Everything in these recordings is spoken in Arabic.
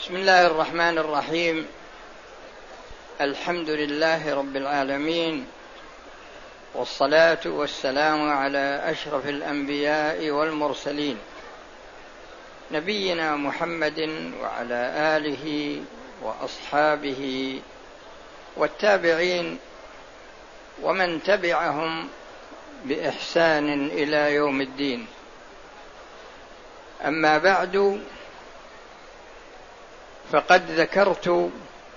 بسم الله الرحمن الرحيم. الحمد لله رب العالمين، والصلاة والسلام على أشرف الأنبياء والمرسلين، نبينا محمد وعلى آله وأصحابه والتابعين ومن تبعهم بإحسان إلى يوم الدين. أما بعد، فقد ذكرت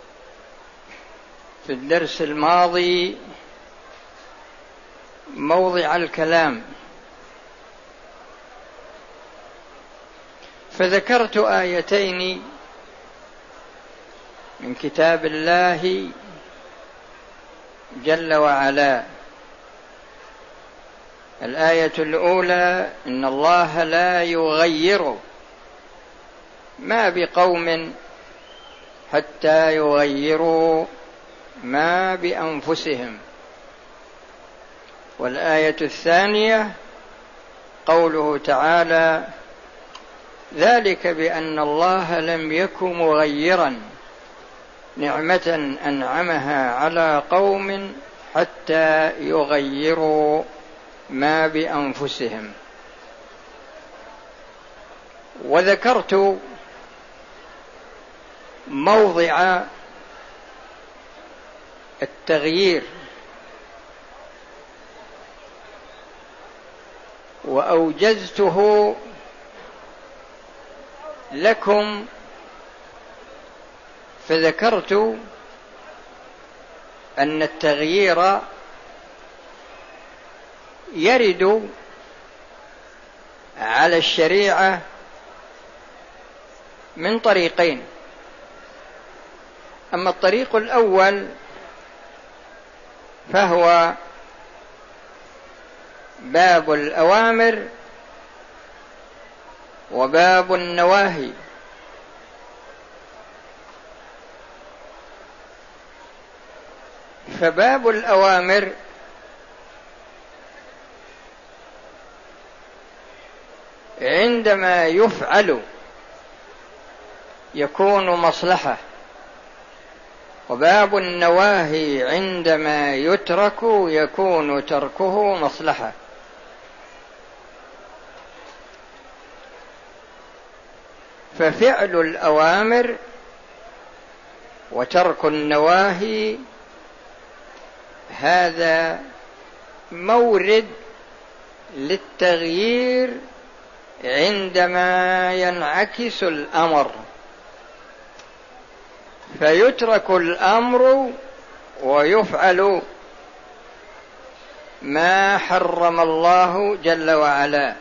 في الدرس الماضي موضع الكلام، فذكرت آيتين من كتاب الله جل وعلا. الآية الأولى: إن الله لا يغير ما بقوم حتى يغيروا ما بأنفسهم. والآية الثانية قوله تعالى: ذلك بأن الله لم يك مغيرا نعمة أنعمها على قوم حتى يغيروا ما بأنفسهم. وذكرت موضع التغيير، وأوجزته لكم، فذكرت أن التغيير يرد على الشريعة من طريقين. أما الطريق الأول فهو باب الأوامر وباب النواهي. فباب الأوامر عندما يفعل يكون مصلحة، وباب النواهي عندما يترك يكون تركه مصلحة. ففعل الأوامر وترك النواهي هذا مورد للتغيير عندما ينعكس الأمر، فيترك الأمر ويفعل ما حرم الله جل وعلا.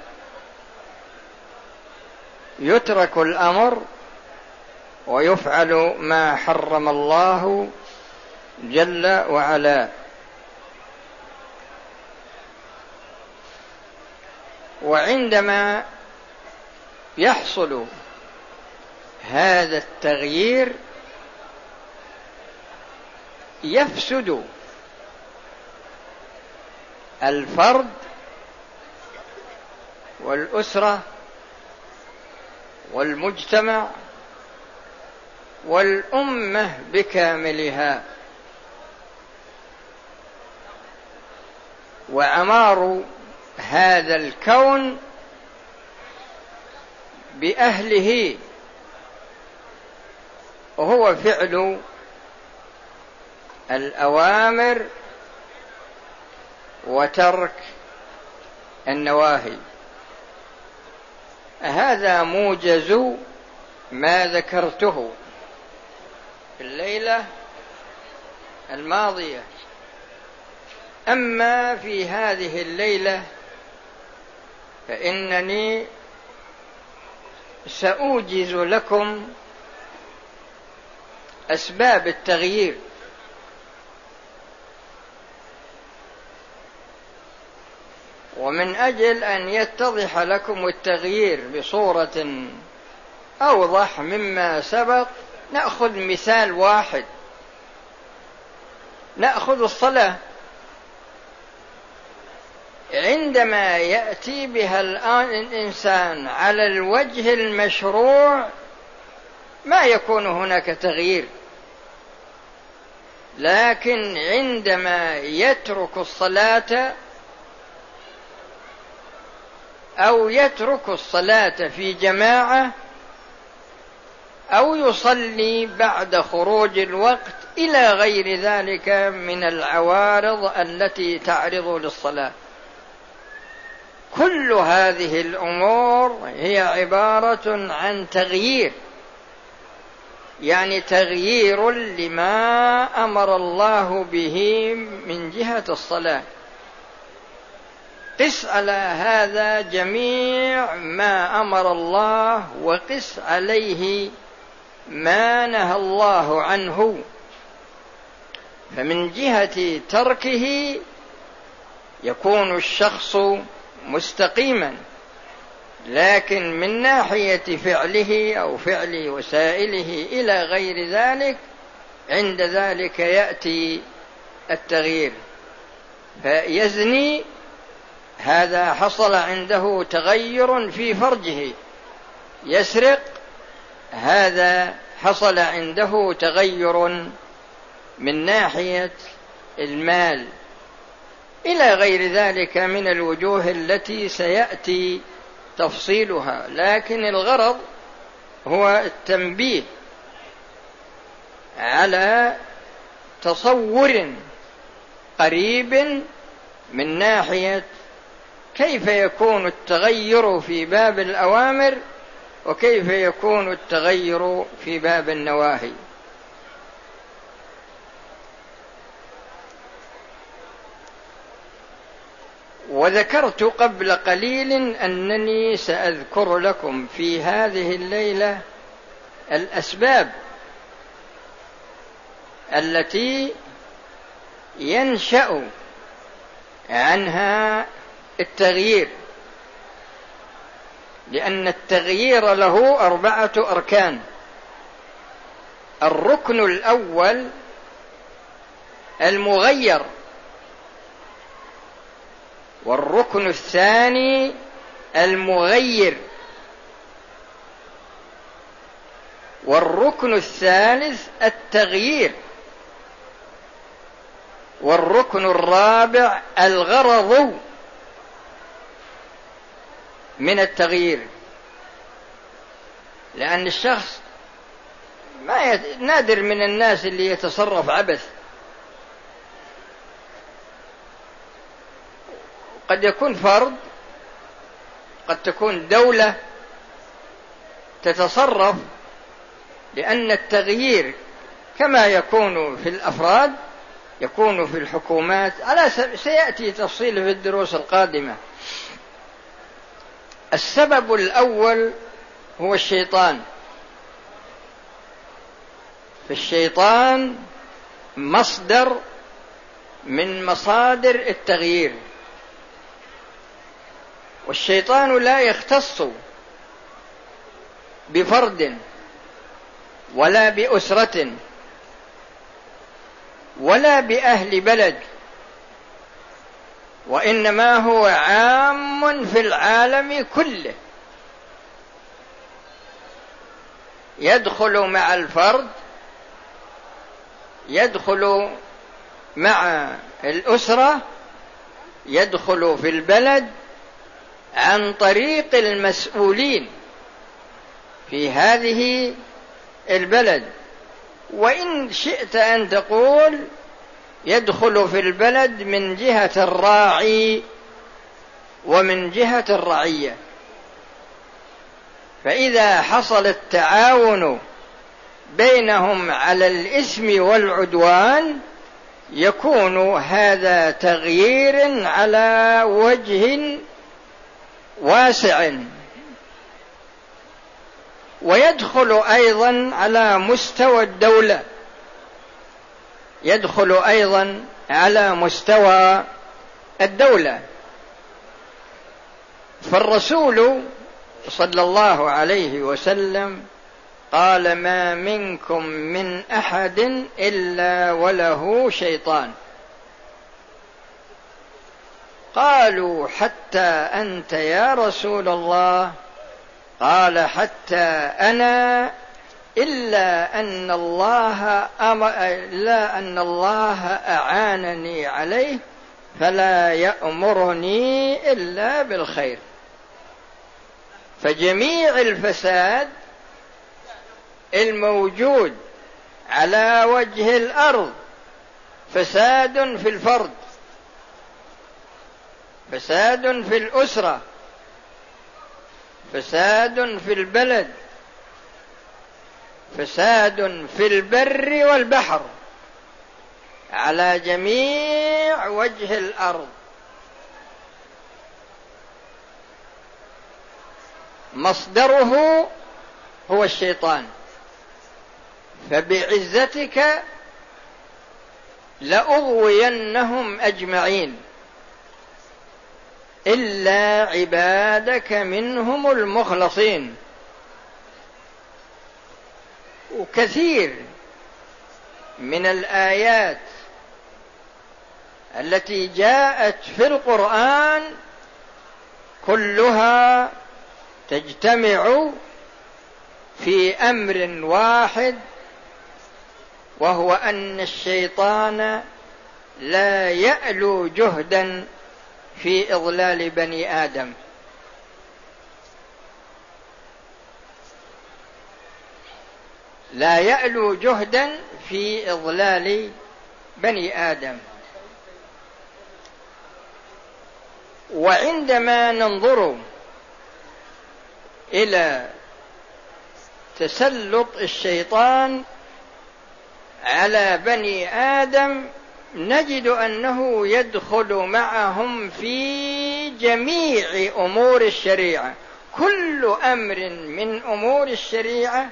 يترك الأمر ويفعل ما حرم الله جل وعلا. وعندما يحصل هذا التغيير يفسد الفرد والأسرة والمجتمع والأمة بكاملها. وعمار هذا الكون بأهله وهو فعل الأوامر وترك النواهي. هذا موجز ما ذكرته في الليلة الماضية. أما في هذه الليلة فإنني سأوجز لكم أسباب التغيير، ومن أجل أن يتضح لكم التغيير بصورة أوضح مما سبق نأخذ مثال واحد. نأخذ الصلاة. عندما يأتي بها الآن الإنسان على الوجه المشروع ما يكون هناك تغيير. لكن عندما يترك الصلاة أو يترك الصلاة في جماعة أو يصلي بعد خروج الوقت إلى غير ذلك من العوارض التي تعرض للصلاة، كل هذه الأمور هي عبارة عن تغيير، يعني تغيير لما أمر الله به من جهة الصلاة. قس على هذا جميع ما أمر الله، وقس عليه ما نهى الله عنه. فمن جهة تركه يكون الشخص مستقيما، لكن من ناحية فعله أو فعل وسائله إلى غير ذلك، عند ذلك يأتي التغيير. فيزني، هذا حصل عنده تغير في فرجه. يسرق، هذا حصل عنده تغير من ناحية المال، إلى غير ذلك من الوجوه التي سيأتي تفصيلها. لكن الغرض هو التنبيه على تصور قريب من ناحية كيف يكون التغير في باب الأوامر وكيف يكون التغير في باب النواهي. وذكرت قبل قليل أنني سأذكر لكم في هذه الليلة الأسباب التي ينشأ عنها التغيير، لأن التغيير له 4 أركان. الركن الأول المغير، والركن الثاني المغير، والركن الثالث التغيير، والركن الرابع الغرض من التغيير. لأن الشخص نادر من الناس اللي يتصرف عبث، قد يكون فرد، قد تكون دولة تتصرف، لأن التغيير كما يكون في الأفراد يكون في الحكومات، سيأتي تفصيله في الدروس القادمة. السبب الأول هو الشيطان. فالشيطان مصدر من مصادر التغيير، والشيطان لا يختص بفرد ولا بأسرة ولا بأهل بلد، وإنما هو عام في العالم كله، يدخل مع الفرد، يدخل مع الأسرة، يدخل في البلد عن طريق المسؤولين في هذه البلد. وإن شئت أن تقول يدخل في البلد من جهة الراعي ومن جهة الرعية. فإذا حصل التعاون بينهم على الإثم والعدوان يكون هذا تغيير على وجه واسع. ويدخل أيضا على مستوى الدولة، يدخل أيضا على مستوى الدولة. فالرسول صلى الله عليه وسلم قال: ما منكم من أحد إلا وله شيطان. قالوا: حتى أنت يا رسول الله؟ قال: حتى أنا إلا أن الله أعانني عليه فلا يأمرني إلا بالخير. فجميع الفساد الموجود على وجه الأرض فساد في الفرد، فساد في الأسرة، فساد في البلد، فساد في البر والبحر، على جميع وجه الأرض. مصدره هو الشيطان. فبعزتك لأغوينهم أجمعين إلا عبادك منهم المخلصين. وكثير من الآيات التي جاءت في القرآن كلها تجتمع في أمر واحد، وهو أن الشيطان لا يألو جهدا في إضلال بني آدم. لا يألو جهدا في إضلال بني آدم. وعندما ننظر إلى تسلط الشيطان على بني آدم نجد أنه يدخل معهم في جميع أمور الشريعة. كل أمر من أمور الشريعة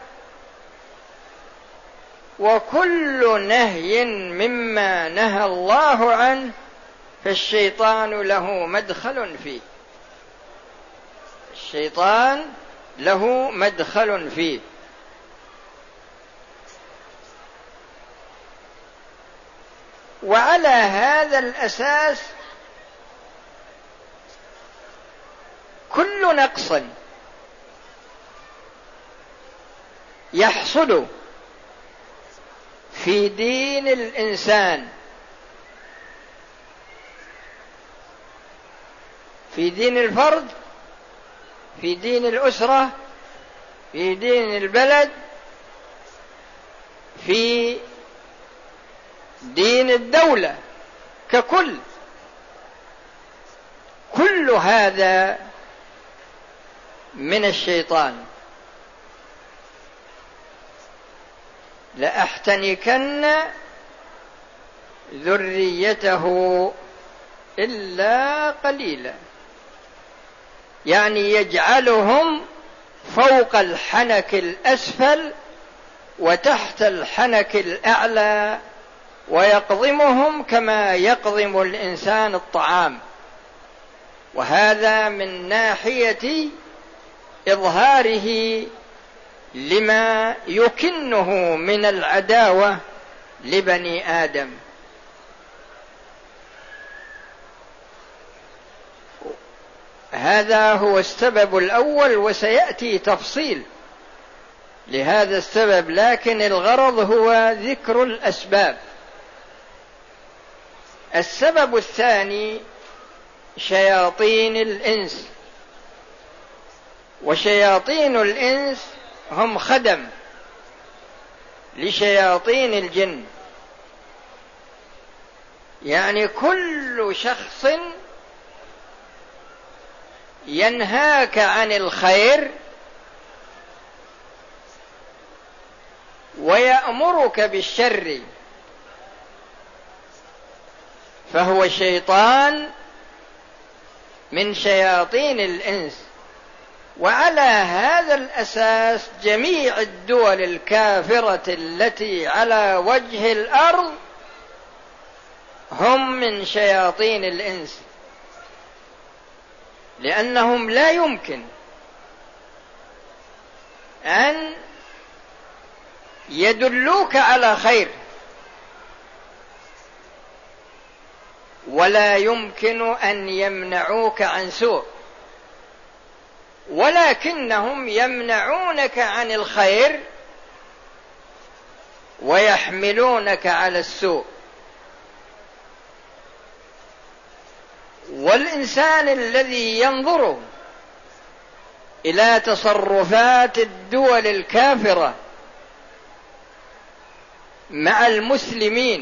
وكل نهي مما نهى الله عنه فالشيطان له مدخل فيه. الشيطان له مدخل فيه. وعلى هذا الأساس كل نقص يحصل في دين الإنسان، في دين الفرد، في دين الأسرة، في دين البلد، في دين الدولة ككل، كل هذا من الشيطان. لأحتنكن ذريته إلا قليلا، يعني يجعلهم فوق الحنك الأسفل وتحت الحنك الأعلى، ويقضمهم كما يقضم الإنسان الطعام. وهذا من ناحية إظهاره لما يكنه من العداوة لبني آدم. هذا هو السبب الأول، وسيأتي تفصيل لهذا السبب، لكن الغرض هو ذكر الأسباب. السبب الثاني شياطين الإنس. وشياطين الإنس هم خدم لشياطين الجن، يعني كل شخص ينهاك عن الخير ويأمرك بالشر فهو شيطان من شياطين الإنس. وعلى هذا الأساس جميع الدول الكافرة التي على وجه الأرض هم من شياطين الإنس، لأنهم لا يمكن أن يدلوك على خير، ولا يمكن أن يمنعوك عن سوء، ولكنهم يمنعونك عن الخير ويحملونك على السوء. والإنسان الذي ينظر إلى تصرفات الدول الكافرة مع المسلمين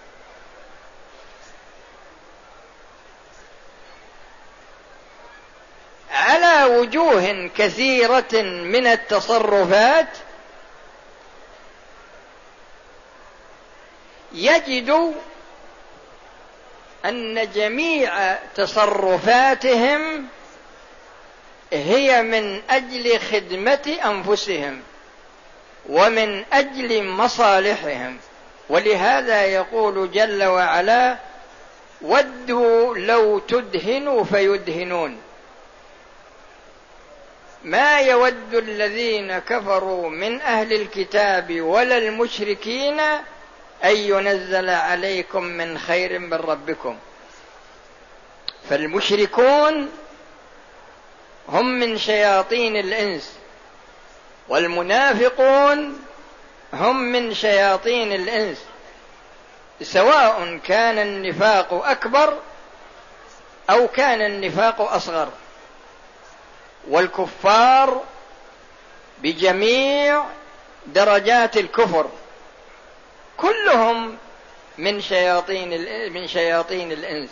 على وجوه كثيرة من التصرفات يجد أن جميع تصرفاتهم هي من أجل خدمة أنفسهم ومن أجل مصالحهم. ولهذا يقول جل وعلا: ودوا لو تدهنوا فيدهنون. ما يود الذين كفروا من أهل الكتاب ولا المشركين أن ينزل عليكم من خير من ربكم. فالمشركون هم من شياطين الإنس، والمنافقون هم من شياطين الإنس، سواء كان النفاق أكبر أو كان النفاق أصغر. والكفار بجميع درجات الكفر كلهم من شياطين الإنس.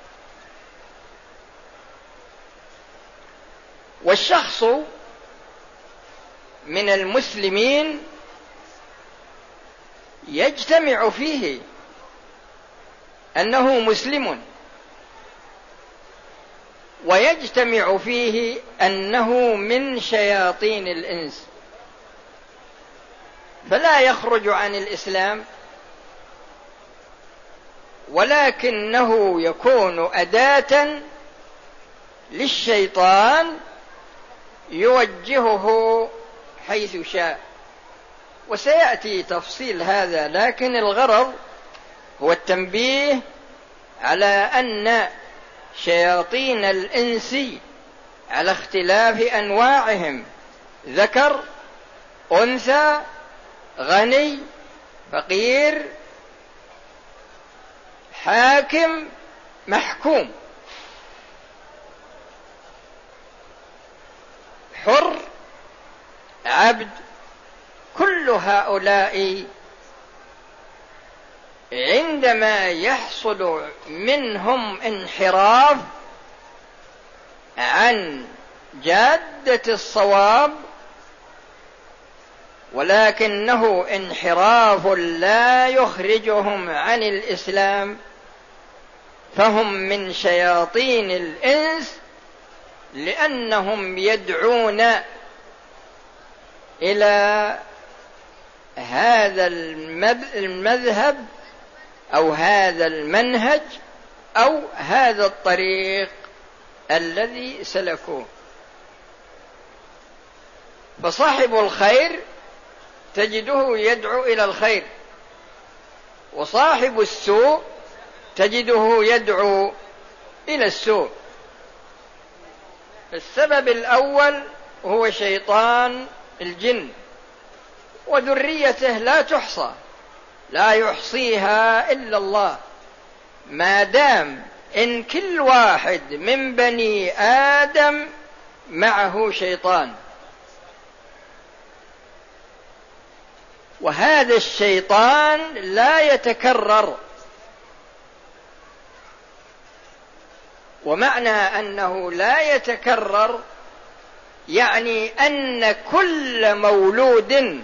والشخص من المسلمين يجتمع فيه أنه مسلم، ويجتمع فيه أنه من شياطين الإنس، فلا يخرج عن الإسلام، ولكنه يكون أداة للشيطان يوجهه حيث شاء. وسيأتي تفصيل هذا، لكن الغرض هو التنبيه على أن شياطين الإنس على اختلاف أنواعهم، ذكر، أنثى، غني، فقير، حاكم، محكوم، حر، عبد، كل هؤلاء عندما يحصل منهم انحراف عن جادة الصواب، ولكنه انحراف لا يخرجهم عن الإسلام، فهم من شياطين الإنس، لأنهم يدعون إلى هذا المذهب أو هذا المنهج أو هذا الطريق الذي سلكوه. فصاحب الخير تجده يدعو إلى الخير، وصاحب السوء تجده يدعو إلى السوء. السبب الأول هو شيطان الجن، وذريته لا تحصى، لا يحصيها إلا الله، ما دام إن كل واحد من بني آدم معه شيطان. وهذا الشيطان لا يتكرر، ومعنى أنه لا يتكرر يعني أن كل مولود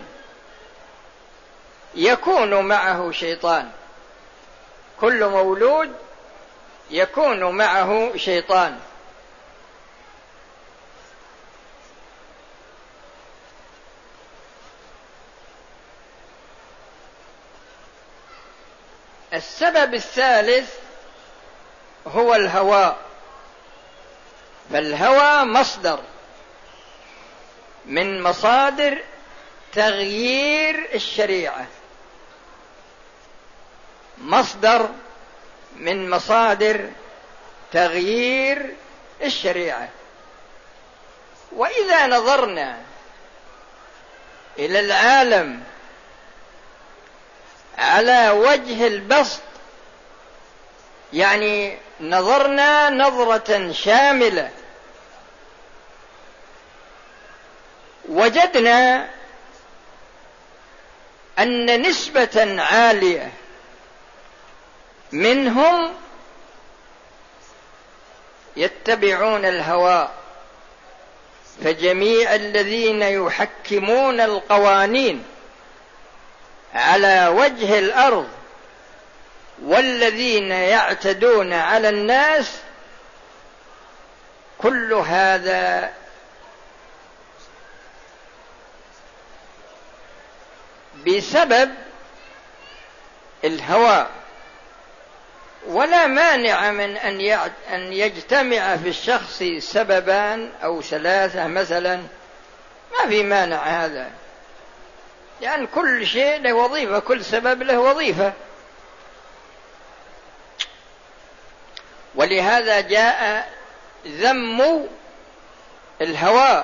يكون معه شيطان، كل مولود يكون معه شيطان. السبب الثالث هو الهوى. فالهوى مصدر من مصادر تغيير الشريعة، مصدر من مصادر تغيير الشريعة. وإذا نظرنا إلى العالم على وجه البسط، يعني نظرنا نظرة شاملة وجدنا أن نسبة عالية منهم يتبعون الهوى، فجميع الذين يحكمون القوانين على وجه الأرض والذين يعتدون على الناس، كل هذا بسبب الهوى. ولا مانع من أن يجتمع في الشخص سببان أو ثلاثة مثلا، ما في مانع هذا، لأن كل شيء له وظيفة، كل سبب له وظيفة. ولهذا جاء ذم الهوى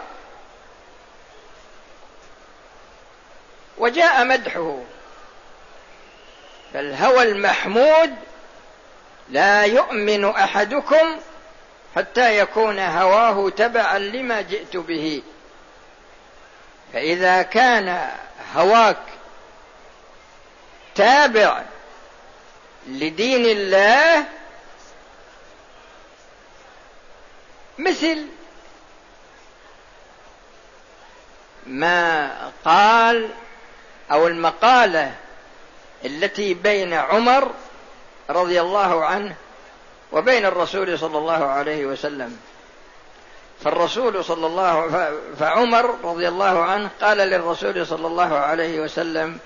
وجاء مدحه. فالهوى المحمود لا يؤمن أحدكم حتى يكون هواه تبعا لما جئت به. فإذا كان هواك تابع لدين الله، مثل ما قال أو المقالة التي بين عمر رضي الله عنه وبين الرسول صلى الله عليه وسلم. فعمر رضي الله عنه قال للرسول صلى الله عليه وسلم: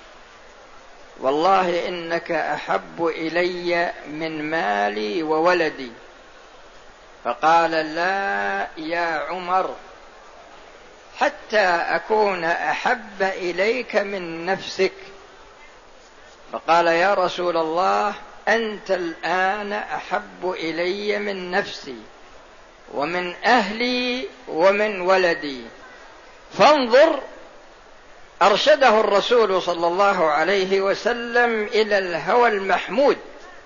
والله إنك أحب إلي من مالي وولدي. فقال: لا يا عمر، حتى أكون أحب إليك من نفسك. فقال: يا رسول الله، أنت الآن أحب إلي من نفسي ومن أهلي ومن ولدي. فانظر، أرشده الرسول صلى الله عليه وسلم إلى الهوى المحمود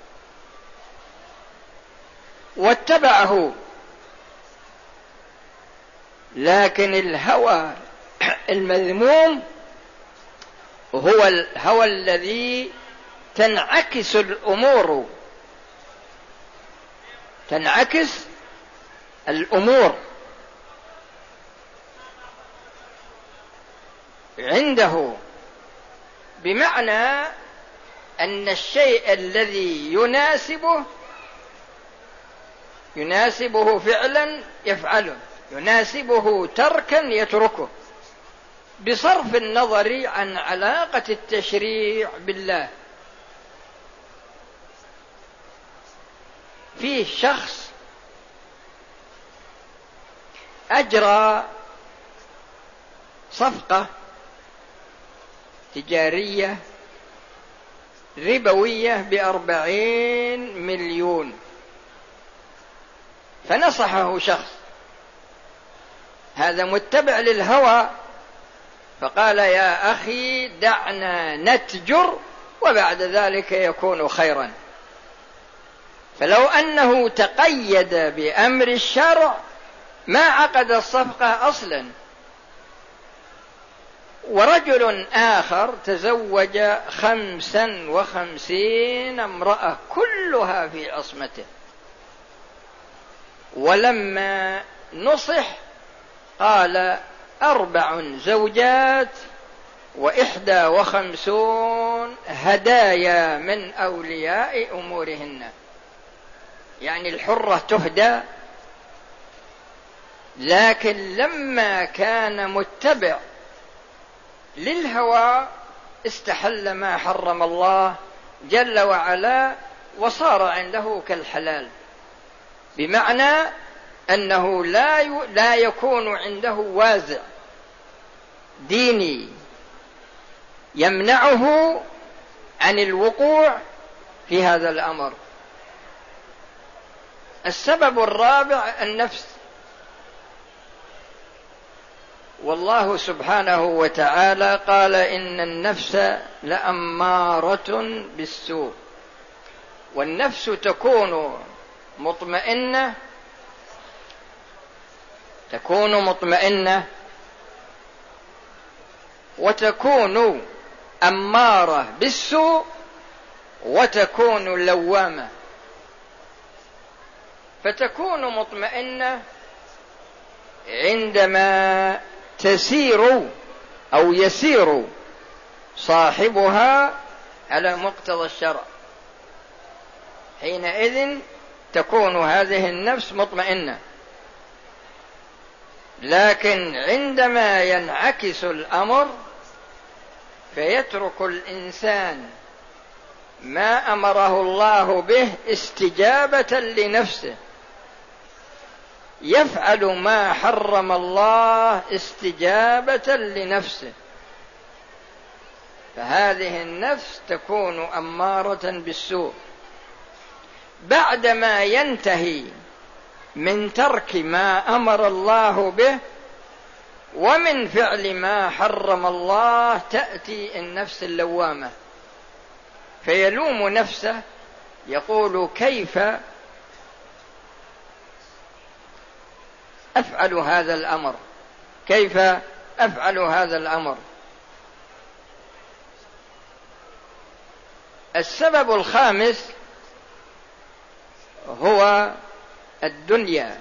واتبعه. لكن الهوى المذموم هو الهوى الذي تنعكس الأمور عنده، بمعنى أن الشيء الذي يناسبه فعلا يفعله، يناسبه تركا يتركه، بصرف النظر عن علاقة التشريع بالله. فيه شخص أجرى صفقة تجارية ربوية ب40 مليون، فنصحه شخص، هذا متبع للهوى، فقال: يا أخي دعنا نتجر وبعد ذلك يكون خيرا. فلو أنه تقيد بأمر الشرع ما عقد الصفقة أصلا. ورجل آخر تزوج 55 امرأة كلها في عصمته، ولما نصح قال: 4 زوجات و51 هدايا من أولياء أمورهن، يعني الحرة تهدى. لكن لما كان متبع للهوى استحل ما حرم الله جل وعلا وصار عنده كالحلال، بمعنى أنه لا يكون عنده وازع ديني يمنعه عن الوقوع في هذا الأمر. السبب الرابع النفس، والله سبحانه وتعالى قال إن النفس لأمارة بالسوء، والنفس تكون مطمئنة وتكون أمارة بالسوء وتكون لوامة. فتكون مطمئنة عندما تسير أو يسير صاحبها على مقتضى الشرع، حينئذ تكون هذه النفس مطمئنة. لكن عندما ينعكس الأمر فيترك الإنسان ما أمره الله به استجابة لنفسه، يفعل ما حرم الله استجابة لنفسه، فهذه النفس تكون أمارة بالسوء. بعدما ينتهي من ترك ما أمر الله به ومن فعل ما حرم الله تأتي النفس اللوامة، فيلوم نفسه، يقول كيف أفعل هذا الأمر، كيف أفعل هذا الأمر. السبب الخامس هو الدنيا،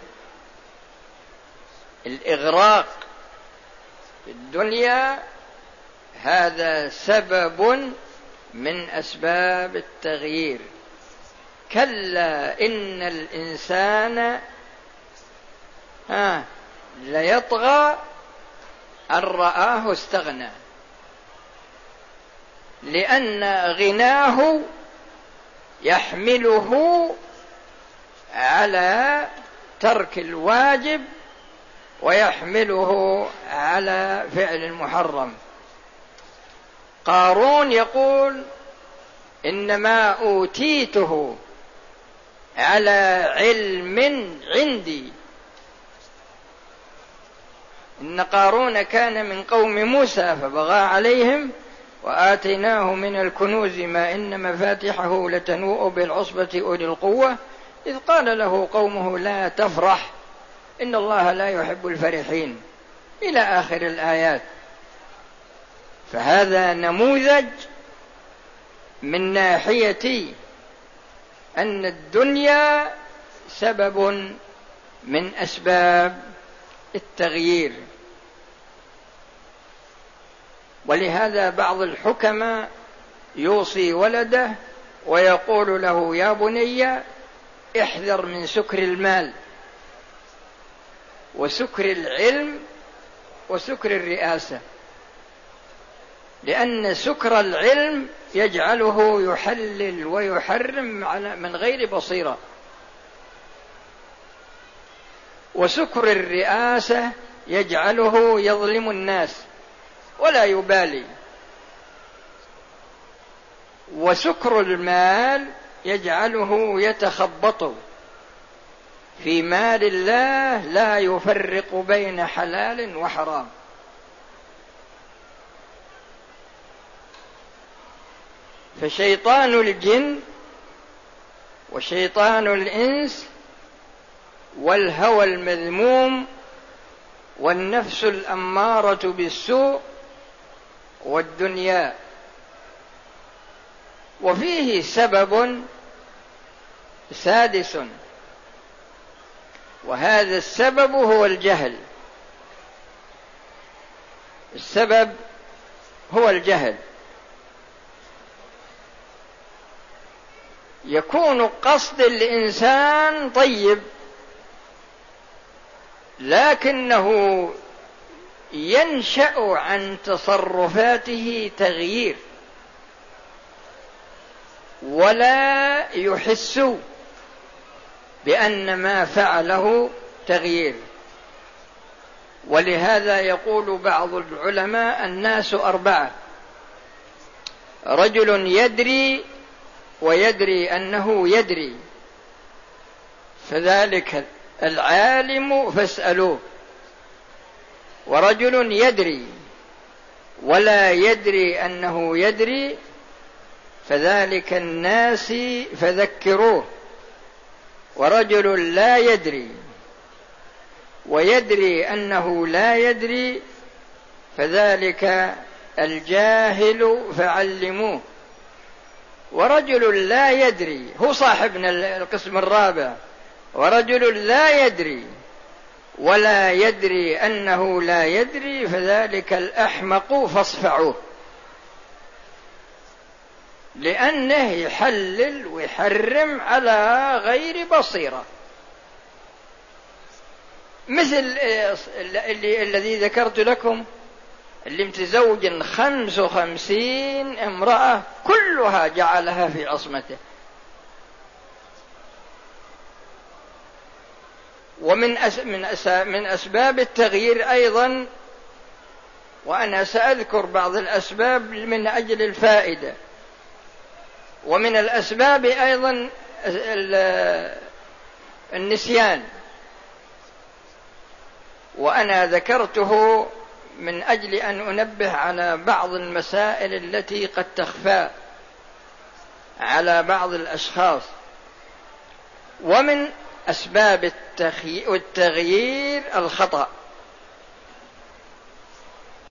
الإغراق في الدنيا، هذا سبب من أسباب التغيير. كلا إن الإنسان ليطغى أن رآه استغنى، لأن غناه يحمله على ترك الواجب ويحمله على فعل المحرم. قارون يقول إنما أوتيته على علم عندي. إن قارون كان من قوم موسى فبغى عليهم وآتيناه من الكنوز ما إن مفاتحه لتنوء بالعصبة أولي القوة إذ قال له قومه لا تفرح إن الله لا يحب الفرحين، إلى آخر الآيات. فهذا نموذج من ناحية أن الدنيا سبب من أسباب التغيير. ولهذا بعض الحكماء يوصي ولده ويقول له يا بني احذر من سكر المال وسكر العلم وسكر الرئاسة، لأن سكر العلم يجعله يحلل ويحرم من غير بصيرة، وسكر الرئاسة يجعله يظلم الناس ولا يبالي، وسكر المال يجعله يتخبط في مال الله لا يفرق بين حلال وحرام. فشيطان الجن وشيطان الإنس والهوى المذموم والنفس الأمارة بالسوء والدنيا. وفيه سبب سادس، وهذا السبب هو الجهل. السبب هو الجهل. يكون قصد الإنسان طيب لكنه ينشأ عن تصرفاته تغيير ولا يحس بأن ما فعله تغيير. ولهذا يقول بعض العلماء الناس أربعة: رجل يدري ويدري أنه يدري، فذلك العالم فاسألوه. ورجل يدري ولا يدري أنه يدري، فذلك الناس فذكروه. ورجل لا يدري ويدري أنه لا يدري، فذلك الجاهل فعلموه. ورجل لا يدري هو صاحبنا القسم الرابع، ورجل لا يدري ولا يدري أنه لا يدري، فذلك الأحمق فاصفعوه، لأنه يحلل ويحرم على غير بصيرة، مثل الذي ذكرت لكم، اللي متزوج 55 امرأة كلها جعلها في عصمته. ومن أسباب التغيير أيضا، وأنا سأذكر بعض الأسباب من أجل الفائدة، ومن الأسباب أيضا النسيان، وأنا ذكرته من أجل أن أنبه على بعض المسائل التي قد تخفى على بعض الأشخاص. ومن أسباب التغيير الخطأ،